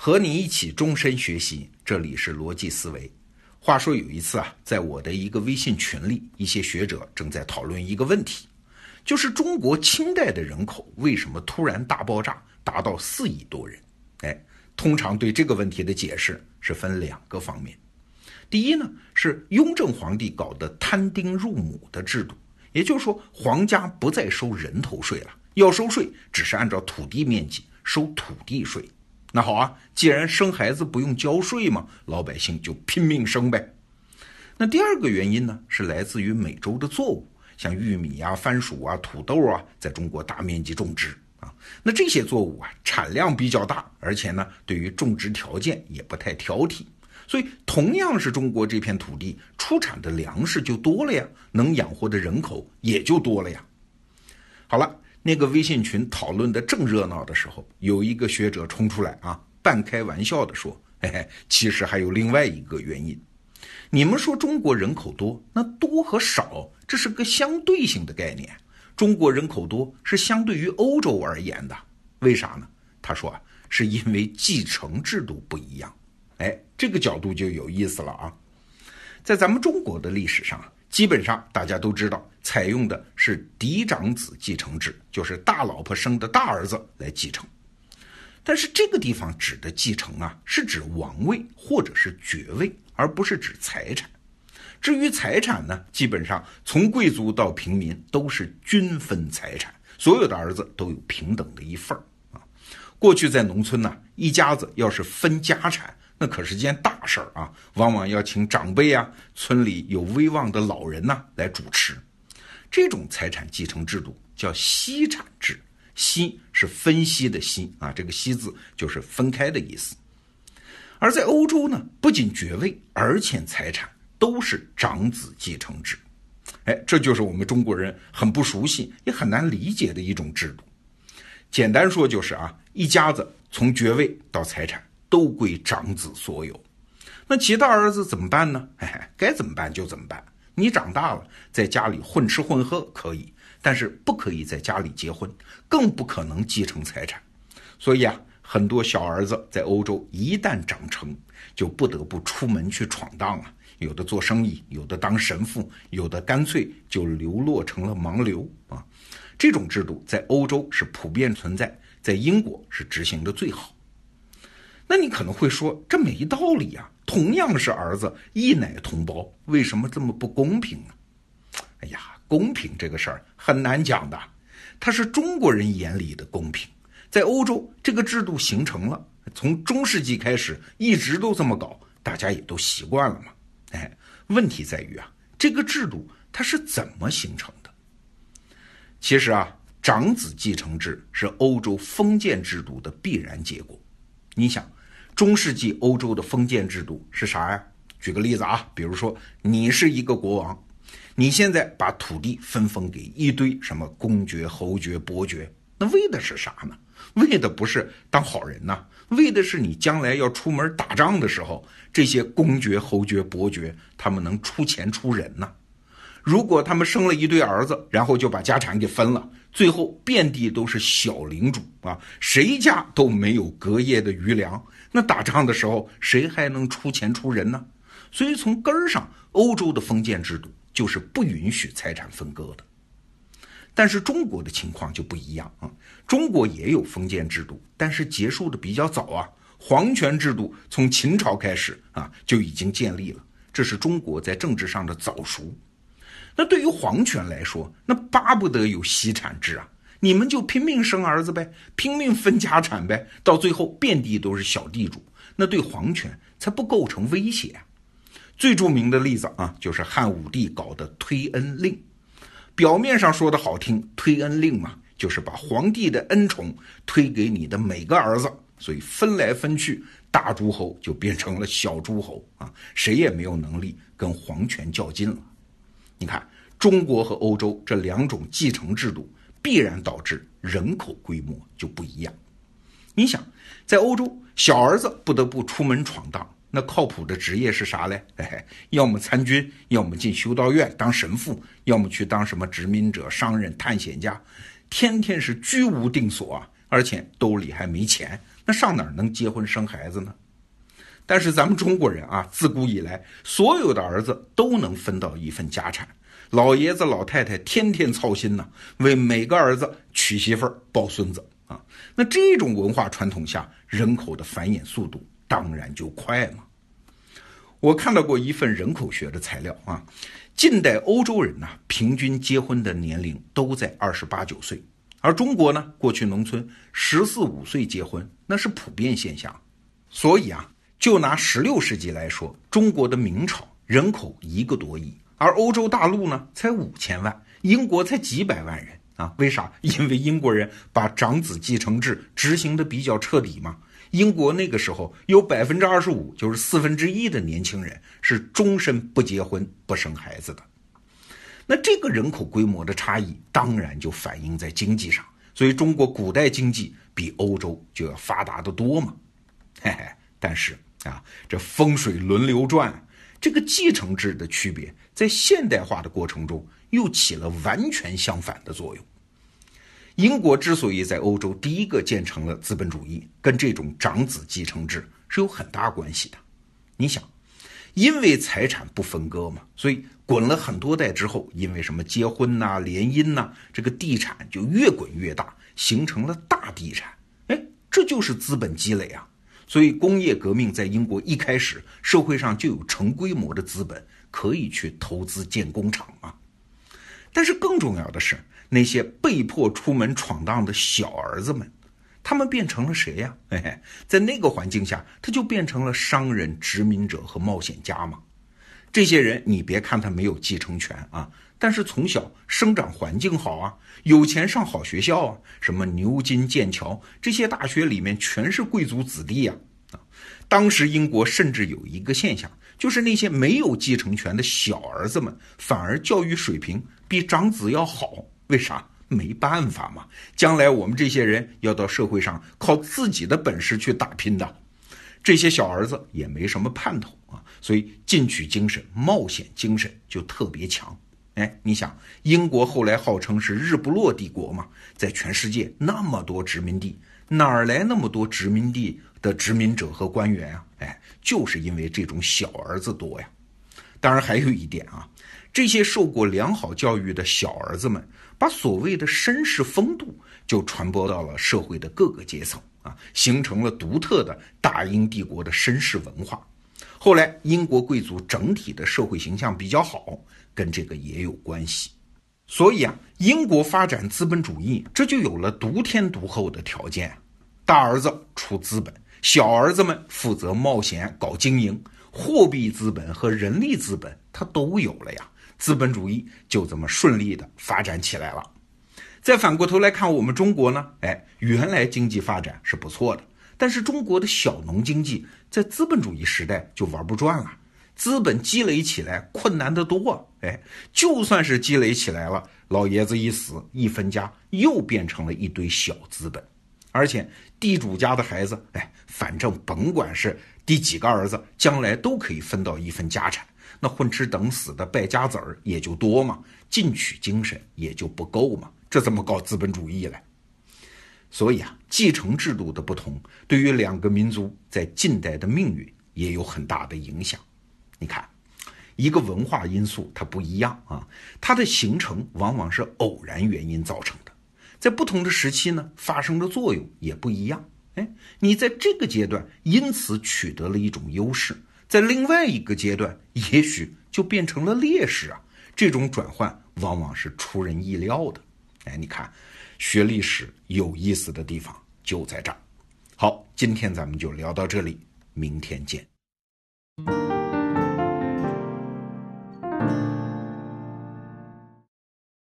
和你一起终身学习，这里是逻辑思维。话说有一次啊，在我的一个微信群里，一些学者正在讨论一个问题，就是中国清代的人口为什么突然大爆炸，达到4亿多人？通常对这个问题的解释是分2个方面。第一呢，是雍正皇帝搞的摊丁入亩的制度，也就是说皇家不再收人头税了，要收税只是按照土地面积收土地税。那好啊，既然生孩子不用交税嘛，老百姓就拼命生呗。那第二个原因呢，是来自于美洲的作物，像玉米啊、番薯啊、土豆啊，在中国大面积种植啊。那这些作物啊，产量比较大，而且呢，对于种植条件也不太挑剔，所以同样是中国这片土地，出产的粮食就多了呀，能养活的人口也就多了呀。好了，那个微信群讨论的正热闹的时候，有一个学者冲出来啊，半开玩笑的说，其实还有另外一个原因。你们说中国人口多，那多和少这是个相对性的概念，中国人口多是相对于欧洲而言的。为啥呢？他说啊，是因为继承制度不一样。这个角度就有意思了啊。在咱们中国的历史上，基本上大家都知道，采用的是嫡长子继承制，就是大老婆生的大儿子来继承。但是这个地方指的继承啊，是指王位或者是爵位，而不是指财产。至于财产呢，基本上从贵族到平民都是均分财产，所有的儿子都有平等的一份啊。过去在农村呢，一家子要是分家产，那可是件大事儿啊，往往要请长辈啊，村里有威望的老人呐，来主持。这种财产继承制度叫析产制，析是分析的析啊，这个析字就是分开的意思。而在欧洲呢，不仅爵位，而且财产都是长子继承制。这就是我们中国人很不熟悉也很难理解的一种制度。简单说就是啊，一家子从爵位到财产都归长子所有。那其他儿子怎么办呢？该怎么办就怎么办。你长大了，在家里混吃混喝可以，但是不可以在家里结婚，更不可能继承财产。所以啊，很多小儿子在欧洲一旦长成，就不得不出门去闯荡啊。有的做生意，有的当神父，有的干脆就流落成了盲流啊。这种制度在欧洲是普遍存在，在英国是执行的最好。那你可能会说，这没道理啊，同样是儿子，一奶同胞，为什么这么不公平呢？公平这个事儿很难讲的，它是中国人眼里的公平。在欧洲这个制度形成了，从中世纪开始一直都这么搞，大家也都习惯了嘛。问题在于啊，这个制度它是怎么形成的？其实啊，长子继承制是欧洲封建制度的必然结果。你想，中世纪欧洲的封建制度是啥呀？举个例子啊，比如说你是一个国王，你现在把土地分封给一堆什么公爵、侯爵、伯爵，那为的是啥呢？为的不是当好人呐，为的是你将来要出门打仗的时候，这些公爵、侯爵、伯爵他们能出钱出人呐。如果他们生了一堆儿子，然后就把家产给分了，最后遍地都是小领主啊，谁家都没有隔夜的余粮，那打仗的时候谁还能出钱出人呢？所以从根儿上，欧洲的封建制度就是不允许财产分割的。但是中国的情况就不一样啊，中国也有封建制度，但是结束的比较早啊，皇权制度从秦朝开始啊就已经建立了，这是中国在政治上的早熟。那对于皇权来说，那巴不得有析产制啊，你们就拼命生儿子呗，拼命分家产呗，到最后遍地都是小地主，那对皇权才不构成威胁啊。最著名的例子啊，就是汉武帝搞的推恩令。表面上说的好听，推恩令嘛，就是把皇帝的恩宠推给你的每个儿子，所以分来分去，大诸侯就变成了小诸侯啊，谁也没有能力跟皇权较劲了。你看，中国和欧洲这2种继承制度，必然导致人口规模就不一样。你想，在欧洲，小儿子不得不出门闯荡，那靠谱的职业是啥嘞？要么参军，要么进修道院当神父，要么去当什么殖民者、商人、探险家，天天是居无定所啊，而且兜里还没钱， 那上哪儿能结婚生孩子呢？但是咱们中国人啊，自古以来所有的儿子都能分到一份家产，老爷子老太太天天操心呢，为每个儿子娶媳妇儿抱孙子啊。那这种文化传统下，人口的繁衍速度当然就快嘛。我看到过一份人口学的材料啊，近代欧洲人呢，平均结婚的年龄都在28、29岁，而中国呢，过去农村14、15岁结婚那是普遍现象。所以啊，就拿16世纪来说，中国的明朝人口1个多亿，而欧洲大陆呢才5000万，英国才几百万人啊。为啥？因为英国人把长子继承制执行的比较彻底嘛。英国那个时候有25%，就是1/4的年轻人是终身不结婚不生孩子的。那这个人口规模的差异当然就反映在经济上，所以中国古代经济比欧洲就要发达得多嘛。嘿嘿，但是啊，这风水轮流转，这个继承制的区别在现代化的过程中又起了完全相反的作用。英国之所以在欧洲第一个建成了资本主义，跟这种长子继承制是有很大关系的。你想，因为财产不分割嘛，所以滚了很多代之后，因为什么结婚呐、联姻呐，这个地产就越滚越大，形成了大地产。这就是资本积累啊。所以工业革命在英国一开始，社会上就有成规模的资本可以去投资建工厂啊。但是更重要的是，那些被迫出门闯荡的小儿子们，他们变成了谁呀？在那个环境下，他就变成了商人、殖民者和冒险家嘛。这些人你别看他没有继承权啊，但是从小生长环境好啊，有钱上好学校啊，什么牛津、剑桥这些大学里面全是贵族子弟啊。当时英国甚至有一个现象，就是那些没有继承权的小儿子们反而教育水平比长子要好。为啥？没办法嘛，将来我们这些人要到社会上靠自己的本事去打拼的。这些小儿子也没什么盼头啊，所以进取精神、冒险精神就特别强。你想，英国后来号称是日不落帝国嘛，在全世界那么多殖民地，哪儿来那么多殖民地的殖民者和官员啊？就是因为这种小儿子多呀。当然还有一点啊，这些受过良好教育的小儿子们，把所谓的绅士风度就传播到了社会的各个阶层啊，形成了独特的大英帝国的绅士文化。后来英国贵族整体的社会形象比较好，跟这个也有关系。所以啊，英国发展资本主义，这就有了独天独厚的条件。大儿子出资本，小儿子们负责冒险搞经营，货币资本和人力资本它都有了呀，资本主义就这么顺利的发展起来了。再反过头来看我们中国呢，原来经济发展是不错的，但是中国的小农经济在资本主义时代就玩不转了，资本积累起来困难得多。就算是积累起来了，老爷子一死，一分家又变成了一堆小资本。而且地主家的孩子，反正甭管是第几个儿子，将来都可以分到一份家产，那混吃等死的败家子儿也就多嘛，进取精神也就不够嘛，这怎么搞资本主义来？所以啊，继承制度的不同，对于两个民族在近代的命运也有很大的影响。你看，一个文化因素它不一样啊，它的形成往往是偶然原因造成的，在不同的时期呢，发生的作用也不一样。你在这个阶段因此取得了一种优势，在另外一个阶段也许就变成了劣势啊，这种转换往往是出人意料的。你看学历史有意思的地方就在这儿。好，今天咱们就聊到这里，明天见。